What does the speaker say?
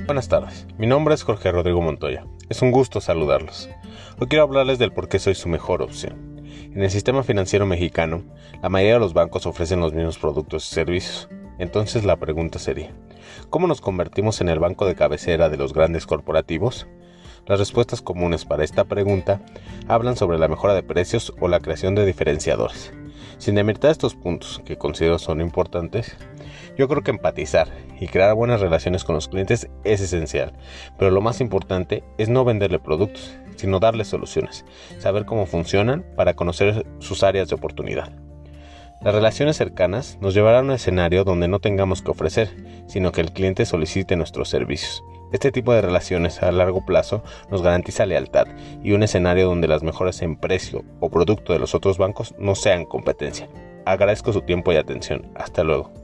Buenas tardes, mi nombre es Jorge Rodrigo Montoya. Es un gusto saludarlos. Hoy quiero hablarles del por qué soy su mejor opción. En el sistema financiero mexicano, la mayoría de los bancos ofrecen los mismos productos y servicios. Entonces la pregunta sería, ¿cómo nos convertimos en el banco de cabecera de los grandes corporativos? Las respuestas comunes para esta pregunta hablan sobre la mejora de precios o la creación de diferenciadores. Sin demeritar estos puntos, que considero son importantes, yo creo que empatizar y crear buenas relaciones con los clientes es esencial, pero lo más importante es no venderle productos, sino darles soluciones, saber cómo funcionan para conocer sus áreas de oportunidad. Las relaciones cercanas nos llevarán a un escenario donde no tengamos que ofrecer, sino que el cliente solicite nuestros servicios. Este tipo de relaciones a largo plazo nos garantiza lealtad y un escenario donde las mejoras en precio o producto de los otros bancos no sean competencia. Agradezco su tiempo y atención. Hasta luego.